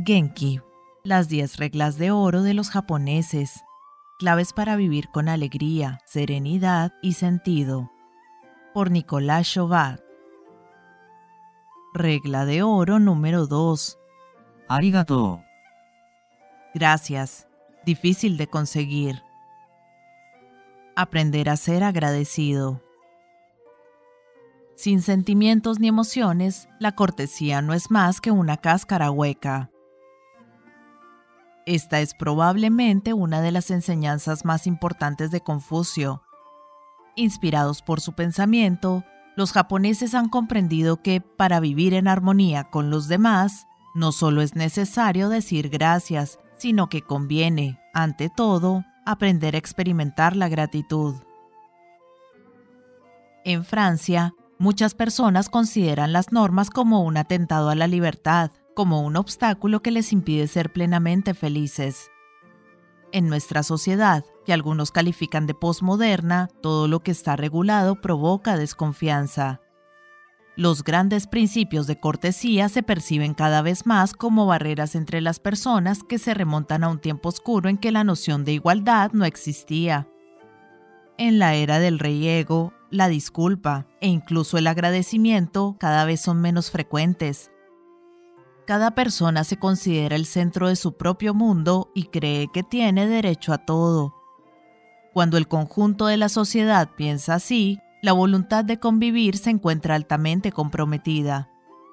Genki, las 10 reglas de oro de los japoneses, claves para vivir con alegría, serenidad y sentido, por Nicolás Chauvat. Regla de oro número 2. ありがと Gracias, difícil de conseguir. Aprender a ser agradecido. Sin sentimientos ni emociones, la cortesía no es más que una cáscara hueca. Esta es probablemente una de las enseñanzas más importantes de Confucio. Inspirados por su pensamiento, los japoneses han comprendido que para vivir en armonía con los demás, no solo es necesario decir gracias, sino que conviene, ante todo, aprender a experimentar la gratitud. En Francia, muchas personas consideran las normas como un atentado a la libertad, como un obstáculo que les impide ser plenamente felices. En nuestra sociedad, que algunos califican de posmoderna, todo lo que está regulado provoca desconfianza. Los grandes principios de cortesía se perciben cada vez más como barreras entre las personas que se remontan a un tiempo oscuro en que la noción de igualdad no existía. En la era del rey Ego, la disculpa e incluso el agradecimiento cada vez son menos frecuentes. Cada persona se considera el centro de su propio mundo y cree que tiene derecho a todo. Cuando el conjunto de la sociedad piensa así, la voluntad de convivir se encuentra altamente comprometida.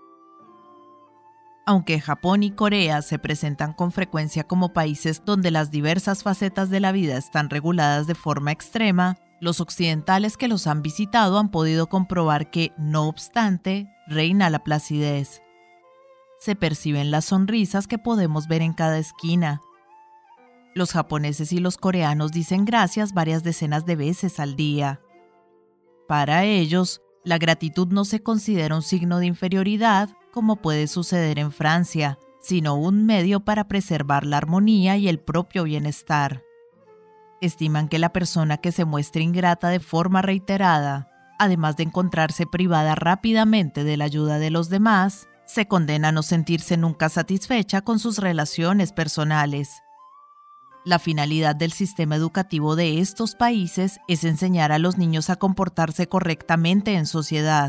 Aunque Japón y Corea se presentan con frecuencia como países donde las diversas facetas de la vida están reguladas de forma extrema, los occidentales que los han visitado han podido comprobar que, no obstante, reina la placidez. Se perciben las sonrisas que podemos ver en cada esquina. Los japoneses y los coreanos dicen gracias varias decenas de veces al día. Para ellos, la gratitud no se considera un signo de inferioridad, como puede suceder en Francia, sino un medio para preservar la armonía y el propio bienestar. Estiman que la persona que se muestre ingrata de forma reiterada, además de encontrarse privada rápidamente de la ayuda de los demás, se condena a no sentirse nunca satisfecha con sus relaciones personales. La finalidad del sistema educativo de estos países es enseñar a los niños a comportarse correctamente en sociedad.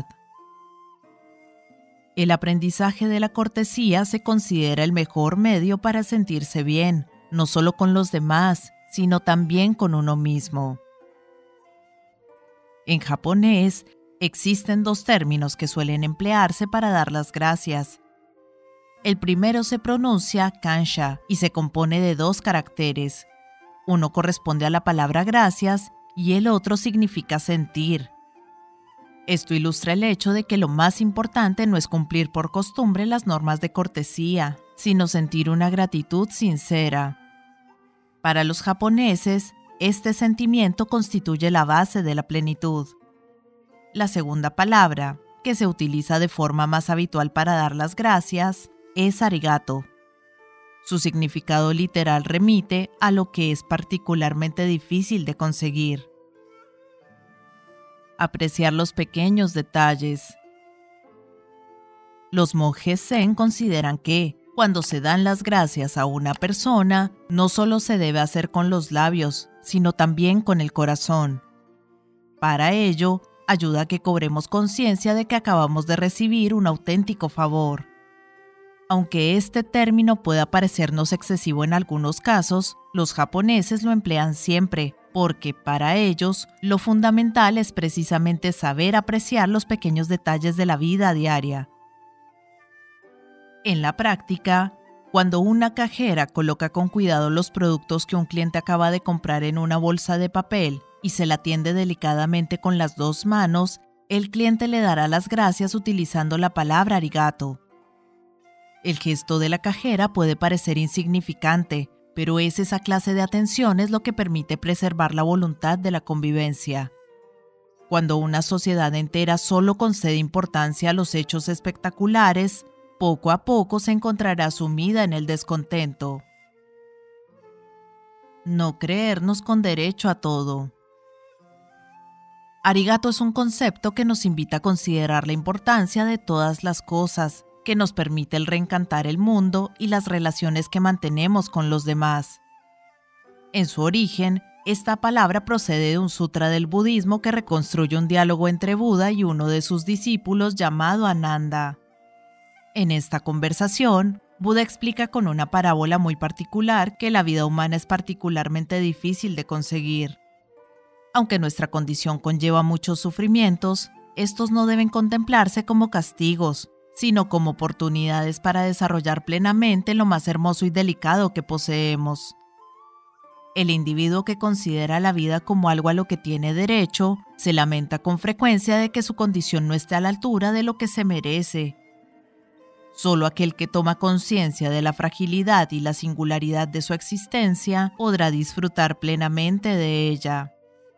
El aprendizaje de la cortesía se considera el mejor medio para sentirse bien, no solo con los demás, sino también con uno mismo. En japonés, existen 2 términos que suelen emplearse para dar las gracias. El primero se pronuncia kansha y se compone de 2 caracteres. Uno corresponde a la palabra gracias y el otro significa sentir. Esto ilustra el hecho de que lo más importante no es cumplir por costumbre las normas de cortesía, sino sentir una gratitud sincera. Para los japoneses, este sentimiento constituye la base de la plenitud. La segunda palabra, que se utiliza de forma más habitual para dar las gracias, es arigato. Su significado literal remite a lo que es particularmente difícil de conseguir. Apreciar los pequeños detalles. Los monjes zen consideran que, cuando se dan las gracias a una persona, no solo se debe hacer con los labios, sino también con el corazón. Para ello, ayuda a que cobremos conciencia de que acabamos de recibir un auténtico favor. Aunque este término pueda parecernos excesivo en algunos casos, los japoneses lo emplean siempre, porque para ellos lo fundamental es precisamente saber apreciar los pequeños detalles de la vida diaria. En la práctica, cuando una cajera coloca con cuidado los productos que un cliente acaba de comprar en una bolsa de papel y se la atiende delicadamente con las 2 manos, el cliente le dará las gracias utilizando la palabra arigato. El gesto de la cajera puede parecer insignificante, pero es esa clase de atenciones lo que permite preservar la voluntad de la convivencia. Cuando una sociedad entera solo concede importancia a los hechos espectaculares, poco a poco se encontrará sumida en el descontento. No creernos con derecho a todo. Arigato es un concepto que nos invita a considerar la importancia de todas las cosas, que nos permite el reencantar el mundo y las relaciones que mantenemos con los demás. En su origen, esta palabra procede de un sutra del budismo que reconstruye un diálogo entre Buda y uno de sus discípulos llamado Ananda. En esta conversación, Buda explica con una parábola muy particular que la vida humana es particularmente difícil de conseguir. Aunque nuestra condición conlleva muchos sufrimientos, estos no deben contemplarse como castigos, sino como oportunidades para desarrollar plenamente lo más hermoso y delicado que poseemos. El individuo que considera la vida como algo a lo que tiene derecho, se lamenta con frecuencia de que su condición no esté a la altura de lo que se merece. Solo aquel que toma conciencia de la fragilidad y la singularidad de su existencia podrá disfrutar plenamente de ella.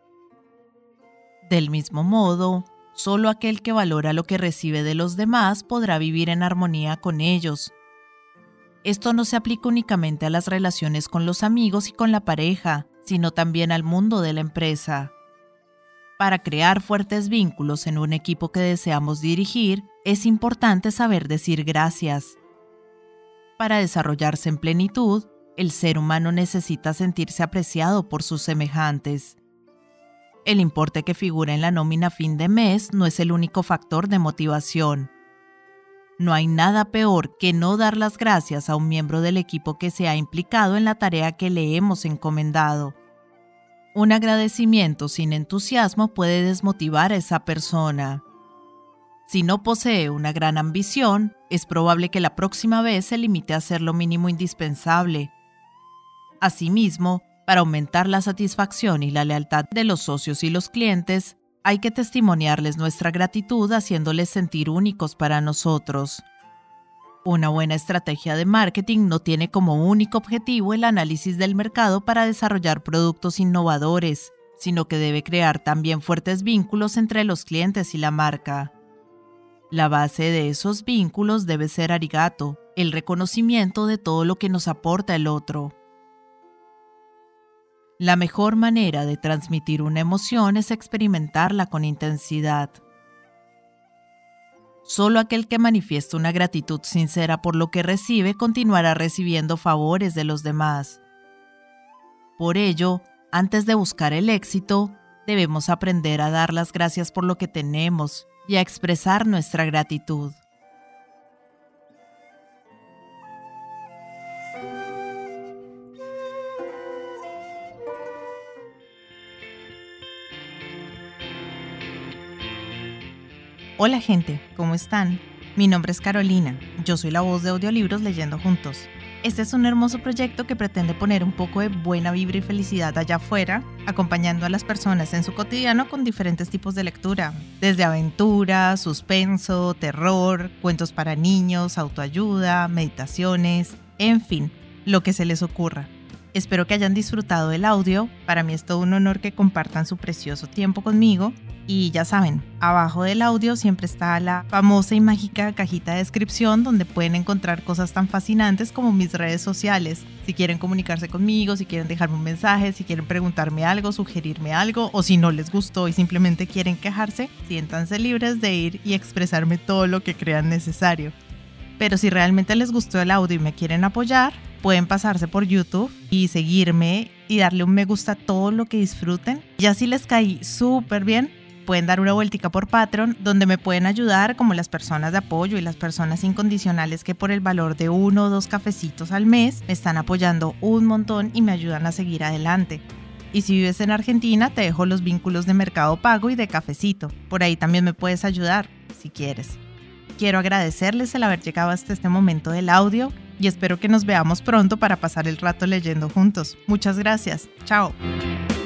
Del mismo modo, solo aquel que valora lo que recibe de los demás podrá vivir en armonía con ellos. Esto no se aplica únicamente a las relaciones con los amigos y con la pareja, sino también al mundo de la empresa. Para crear fuertes vínculos en un equipo que deseamos dirigir, es importante saber decir gracias. Para desarrollarse en plenitud, el ser humano necesita sentirse apreciado por sus semejantes. El importe que figura en la nómina a fin de mes no es el único factor de motivación. No hay nada peor que no dar las gracias a un miembro del equipo que se ha implicado en la tarea que le hemos encomendado. Un agradecimiento sin entusiasmo puede desmotivar a esa persona. Si no posee una gran ambición, es probable que la próxima vez se limite a hacer lo mínimo indispensable. Asimismo, para aumentar la satisfacción y la lealtad de los socios y los clientes, hay que testimoniarles nuestra gratitud haciéndoles sentir únicos para nosotros. Una buena estrategia de marketing no tiene como único objetivo el análisis del mercado para desarrollar productos innovadores, sino que debe crear también fuertes vínculos entre los clientes y la marca. La base de esos vínculos debe ser arigato, el reconocimiento de todo lo que nos aporta el otro. La mejor manera de transmitir una emoción es experimentarla con intensidad. Solo aquel que manifiesta una gratitud sincera por lo que recibe continuará recibiendo favores de los demás. Por ello, antes de buscar el éxito, debemos aprender a dar las gracias por lo que tenemos y a expresar nuestra gratitud. Hola gente, ¿cómo están? Mi nombre es Carolina, yo soy la voz de Audiolibros Leyendo Juntos. Este es un hermoso proyecto que pretende poner un poco de buena vibra y felicidad allá afuera, acompañando a las personas en su cotidiano con diferentes tipos de lectura, desde aventura, suspenso, terror, cuentos para niños, autoayuda, meditaciones, en fin, lo que se les ocurra. Espero que hayan disfrutado del audio, para mí es todo un honor que compartan su precioso tiempo conmigo. Y ya saben, abajo del audio siempre está la famosa y mágica cajita de descripción donde pueden encontrar cosas tan fascinantes como mis redes sociales. Si quieren comunicarse conmigo, si quieren dejarme un mensaje, si quieren preguntarme algo, sugerirme algo o si no les gustó y simplemente quieren quejarse, siéntanse libres de ir y expresarme todo lo que crean necesario. Pero si realmente les gustó el audio y me quieren apoyar, pueden pasarse por YouTube y seguirme y darle un me gusta a todo lo que disfruten. Ya si les caí súper bien, pueden dar una vueltica por Patreon, donde me pueden ayudar como las personas de apoyo y las personas incondicionales que por el valor de 1 o 2 cafecitos al mes me están apoyando un montón y me ayudan a seguir adelante. Y si vives en Argentina, te dejo los vínculos de Mercado Pago y de Cafecito. Por ahí también me puedes ayudar, si quieres. Quiero agradecerles el haber llegado hasta este momento del audio y espero que nos veamos pronto para pasar el rato leyendo juntos. Muchas gracias. Chao.